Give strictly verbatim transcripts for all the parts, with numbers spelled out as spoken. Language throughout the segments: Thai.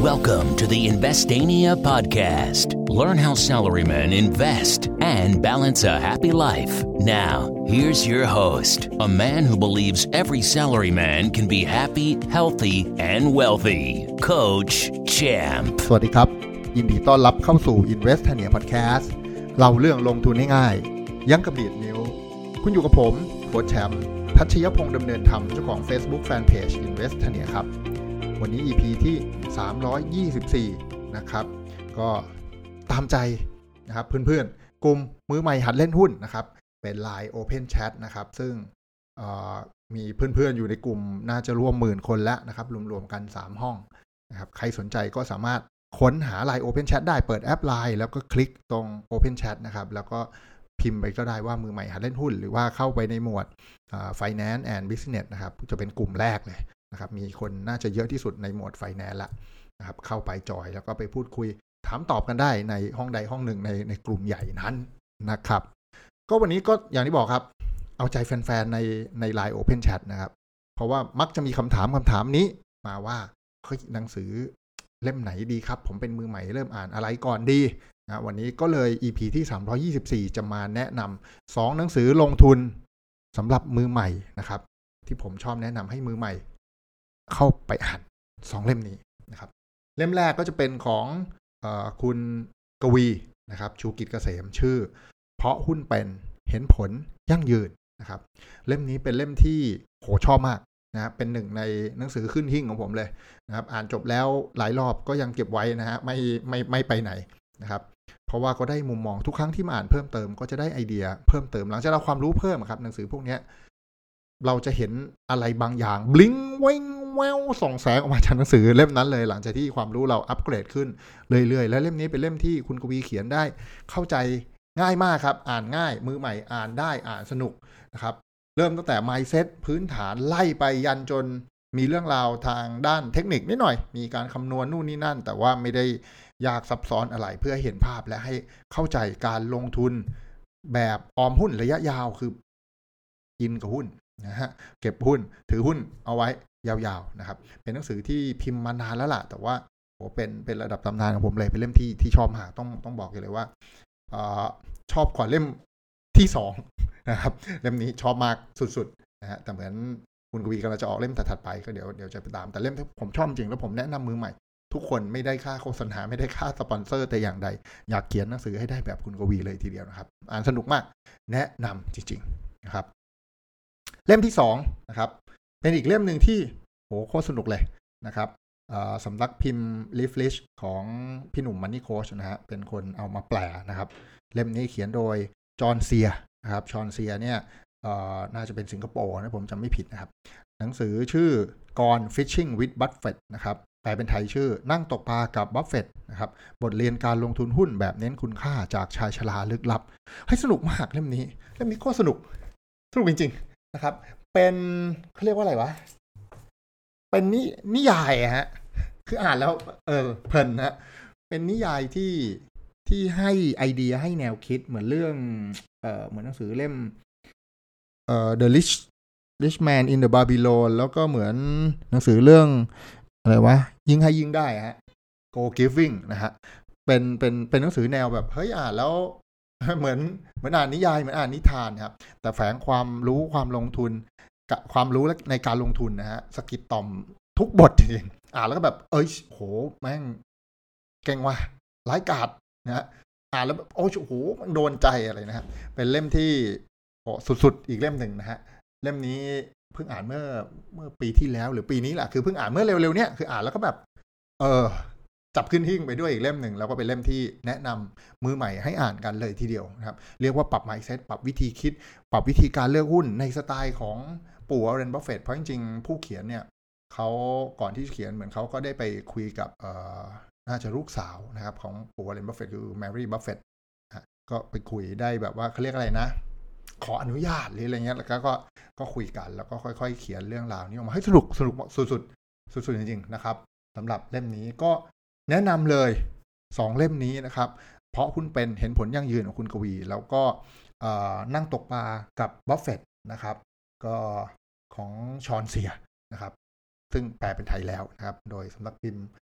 Welcome to the Investania podcast. Learn how salarymen invest and balance a happy life. Now, here's your host, a man who believes every salaryman can be happy, healthy, and wealthy. Coach Champ. สวัสดีครับยินดีต้อนรับเข้าสู่ Investania podcast เล่าเรื่องลงทุนง่ายๆยั้งกระบีดนิ้วคุณอยู่กับผมโค้ชแชมป์ทัชยพงษ์ดำเนินธรรมเจ้าของ Facebook Fanpage Investania ครับวันนี้ อี พี ที่สามร้อยยี่สิบสี่นะครับก็ตามใจนะครับเพื่อนๆกลุ่มมือใหม่หัดเล่นหุ้นนะครับเป็น ไลน์ Open Chat นะครับซึ่งมีเพื่อนๆอยู่ในกลุ่มน่าจะร่วมหมื่นคนแล้วนะครับรวมๆกันสามห้องนะครับใครสนใจก็สามารถค้นหา ไลน์ Open Chat ได้เปิดแอป ไลน์ แล้วก็คลิกตรง Open Chat นะครับแล้วก็พิมพ์ไปก็ได้ว่ามือใหม่หัดเล่นหุ้นหรือว่าเข้าไปในหมวด Finance and Business นะครับจะเป็นกลุ่มแรกเลยนะครับมีคนน่าจะเยอะที่สุดในหมวด Finance ละนะครับเข้าไปจอยแล้วก็ไปพูดคุยถามตอบกันได้ในห้องใดห้องหนึ่งในในกลุ่มใหญ่นั้นนะครับก็วันนี้ก็อย่างที่บอกครับเอาใจแฟนๆในใน ไลน์ Open Chat นะครับเพราะว่ามักจะมีคำถามคำถามนี้มาว่าเฮ้ยหนังสือเล่มไหนดีครับผมเป็นมือใหม่เริ่มอ่านอะไรก่อนดีนะวันนี้ก็เลย อี พี ที่สามร้อยยี่สิบสี่จะมาแนะนำสองหนังสือลงทุนสำหรับมือใหม่นะครับที่ผมชอบแนะนำให้มือใหม่เข้าไปอ่านสองเล่มนี้นะครับเล่มแรกก็จะเป็นของเอ่อคุณกวีนะครับชูกิจเกษมชื่อเพราะหุ้นเป็นเห็นผลยั่งยืนนะครับเล่มนี้เป็นเล่มที่โหชอบมากนะครับเป็นหนึ่งในหนังสือขึ้นหิ้งของผมเลยนะครับอ่านจบแล้วหลายรอบก็ยังเก็บไว้นะฮะไม่ไม่ไม่ไปไหนนะครับเพราะว่าก็ได้มุมมองทุกครั้งที่มาอ่านเพิ่มเติมก็จะได้ไอเดียเพิ่มเติมหลังจากเราความรู้เพิ่มครับหนังสือพวกนี้เราจะเห็นอะไรบางอย่างบลิงเว้งแววส่องแสงออกมาจากหนังสือเล่มนั้นเลยหลังจากที่ความรู้เราอัปเกรดขึ้นเรื่อยๆและเล่มนี้เป็นเล่มที่คุณกวีเขียนได้เข้าใจง่ายมากครับอ่านง่ายมือใหม่อ่านได้อ่านสนุกนะครับเริ่มตั้งแต่ mindset พื้นฐานไล่ไปยันจนมีเรื่องราวทางด้านเทคนิคนิดหน่อยมีการคำนวณนู่นนี่นั่นแต่ว่าไม่ได้ยากซับซ้อนอะไรเพื่อเห็นภาพและให้เข้าใจการลงทุนแบบออมหุ้นระยะยาวคืออินกับหุ้นนะฮะเก็บหุ้นถือหุ้นเอาไว้ยาวๆนะครับเป็นหนังสือที่พิมพ์มานานแล้วล่ะแต่ว่าโหเป็นเป็นระดับตำนานของผมเลยเป็นเล่มที่ที่ชอบมากต้องต้องบอกเลยว่าเอ่อชอบกว่าเล่มที่สองนะครับเล่มนี้ชอบมากสุดๆนะฮะแต่เหมือนคุณกวีกำลังจะออกเล่มถัดไปก็เดี๋ยวเดี๋ยวจะไปตามแต่เล่มที่ผมชอบจริงแล้วผมแนะนำมือใหม่ทุกคนไม่ได้ค่าโฆษณาไม่ได้ค่าสปอนเซอร์แต่อย่างใดอยากเขียนหนังสือให้ได้แบบคุณกวีเลยทีเดียวนะครับอ่านสนุกมากแนะนำจริงๆนะครับเล่มที่สองนะครับเป็นอีกเล่มหนึ่งที่โหโคตรสนุกเลยนะครับสำนักพิมพ์ Leaflish ของพี่หนุ่มมันนี่โค้ชนะฮะเป็นคนเอามาแปลนะครับเล่มนี้เขียนโดยจอห์นเซียนะครับจอห์นเซียเนี่ยน่าจะเป็นสิงคโปร์นะผมจำไม่ผิดนะครับหนังสือชื่อ Gone Fishing with Buffett นะครับแปลเป็นไทยชื่อนั่งตกปลากับบัฟเฟตต์นะครับบทเรียนการลงทุนหุ้นแบบเน้นคุณค่าจากชายชราลึกลับให้สนุกมากเล่มนี้เล่มนี้โคตรสนุกสนุกจริงๆนะครับเป็นเขาเรียกว่าอะไรวะเป็นนินิยายฮะคืออ่านแล้วเออเพลินนะเป็นนิยายที่ที่ให้ไอเดียให้แนวคิดเหมือนเรื่องเออเหมือนหนังสือเล่มเอ่อ The Rich Rich Man in the Babylon แล้วก็เหมือนหนังสือเรื่องอะไรวะยิ่งให้ยิ่งได้ฮะ Go Giving นะฮะเป็นเป็นเป็นหนังสือแนวแบบเฮ้ยอ่านแล้วเหมือนเหมือนอ่านนิยายเหมือนอ่านนิทานครับแต่แฝงความรู้ความลงทุนกับความรู้ในการลงทุนนะฮะสกิดต่อมทุกบทจริงๆอ่านแล้วก็แบบเอ้ยโหแม่งเก่งว่ะร้ายกาจนะฮะอ่านแล้วแบบโอ้โหมันโดนใจอะไรนะฮะเป็นเล่มที่โอ้สุดๆอีกเล่มหนึ่งนะฮะเล่มนี้เพิ่งอ่านเมื่อเมื่อปีที่แล้วหรือปีนี้แหละคือเพิ่งอ่านเมื่อเร็วๆเนี้ยคืออ่านแล้วก็แบบเออจับขึ้นหิ้งไปด้วยอีกเล่มหนึ่งแล้วก็เป็นเล่มที่แนะนำมือใหม่ให้อ่านกันเลยทีเดียวนะครับเรียกว่าปรับ mindset ปรับวิธีคิดปรับวิธีการเลือกหุ้นในสไตล์ของปู่วอร์เรน บัฟเฟตต์เพราะจริงๆผู้เขียนเนี่ยเขาก่อนที่จะเขียนเหมือนเขาก็ได้ไปคุยกับเอ่อน่าจะลูกสาวนะครับของปู่วอร์เรน บัฟเฟตต์คือแมรี่ บัฟเฟตต์ก็ไปคุยได้แบบว่าเขาเรียกอะไรนะขออนุญาตหรืออะไรเงี้ยแล้วก็ก็คุยกันแล้วก็ค่อยๆเขียนเรื่องราวนี้ออกมาให้สนุกสนุกสุดๆสุดๆจริงๆนะครับสำหรับเล่มนี้ก็แนะนำเลยสองเล่มนี้นะครับเพราะหุ้นเป็นเห็นผลยั่งยืนของคุณกวีแล้วก็นั่งตกปลากับบัฟเฟตต์นะครับก็ของชอนเซียนะครับซึ่งแปลเป็นไทยแล้วนะครับโดยสำนักพิมพ์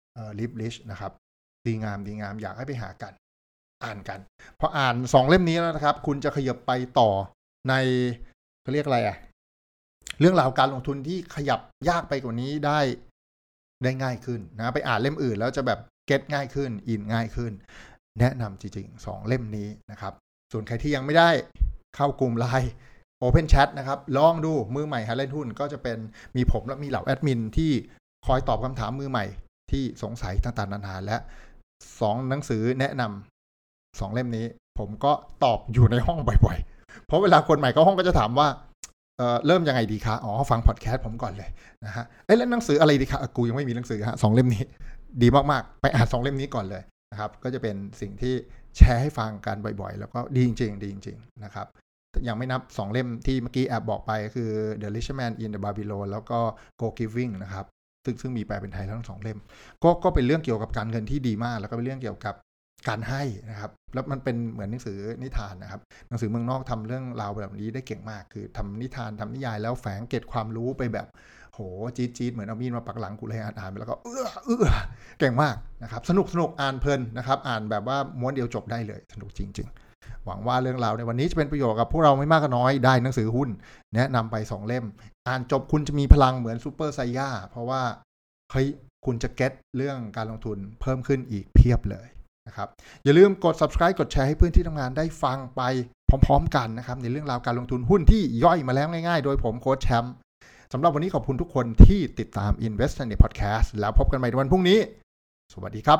เอ่อลิฟลิชนะครับดีงามดีงามอยากให้ไปหากันอ่านกันพออ่านสองเล่มนี้แล้วนะครับคุณจะขยับไปต่อในเขาเรียกอะไรอ่ะเรื่องราวการลงทุนที่ขยับยากไปกว่านี้ได้ได้ง่ายขึ้นนะไปอ่านเล่มอื่นแล้วจะแบบเก็ตง่ายขึ้นอินง่ายขึ้นแนะนำจริงๆสองเล่มนี้นะครับส่วนใครที่ยังไม่ได้เข้ากลุ่ม ไลน์ Open Chat นะครับลองดูมือใหม่หาเล่นหุ้นก็จะเป็นมีผมและมีเหล่าแอดมินที่คอยตอบคำถามมือใหม่ที่สงสัยต่างๆนานาและสองหนังสือแนะนำสองเล่มนี้ผมก็ตอบอยู่ในห้องบ่อยๆเพราะเวลาคนใหม่เข้าห้องก็จะถามว่าเอ่อเริ่มยังไงดีคะอ๋อฟังพอดแคสต์ผมก่อนเลยนะฮะเอ้ยแล้วหนังสืออะไรดีคะกูยังไม่มีหนังสือฮะสองเล่มนี้ดีมากๆไปอ่านสองเล่มนี้ก่อนเลยนะครับก็จะเป็นสิ่งที่แชร์ให้ฟังกันบ่อยๆแล้วก็ดีจริงๆดีจริงๆนะครับยังไม่นับสองเล่มที่เมื่อกี้แอบบอกไปก็คือ The Rich Man in the Babylon แล้วก็ Go Giving นะครับซึ่งซึ่งมีแปลเป็นไทยทั้งสองเล่มก็ก็เป็นเรื่องเกี่ยวกับการเงินที่ดีมากแล้วก็เป็นเรื่องเกี่ยวกับการให้นะครับแล้วมันเป็นเหมือนหนังสือนิทานนะครับหนังสือเมืองนอกทำเรื่องราวแบบนี้ได้เก่งมากคือทำนิทานทำนิยายแล้วแฝงเกร็ดความรู้ไปแบบโหจี๊ดจี๊ดเหมือนเอามีดมาปักหลังกูเลยอ่านไปแล้วก็เอื้อเอื้อเก่งมากนะครับสนุกสนุกอ่านเพลินนะครับอ่านแบบว่าม้วนเดียวจบได้เลยสนุกจริงๆหวังว่าเรื่องราวในวันนี้จะเป็นประโยชน์กับพวกเราไม่มากก็น้อยได้หนังสือหุ้นแนะนำไปสองเล่มอ่านจบคุณจะมีพลังเหมือนซูเปอร์ไซย่าเพราะว่าเฮ้ยคุณจะเก็ตเรื่องการลงทุนเพิ่มขึ้นอีกเพียบเลยนะครับอย่าลืมกด Subscribe กดแชร์ให้เพื่อนที่ทำงานได้ฟังไปพร้อมๆกันนะครับในเรื่องราวการลงทุนหุ้นที่ย่อยมาแล้วง่ายๆโดยผมโค้ชแชมป์สำหรับวันนี้ขอบคุณทุกคนที่ติดตาม Invest in the Podcast แล้วพบกันใหม่ในวันพรุ่งนี้สวัสดีครับ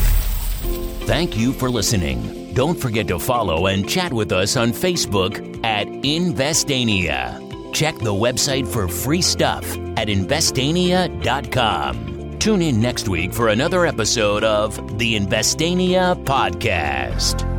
Thank you for listening. Don't forget to follow and chat with us on Facebook at Investania. Check the website for free stuff at investania dot com. Tune in next week for another episode of the Investania Podcast.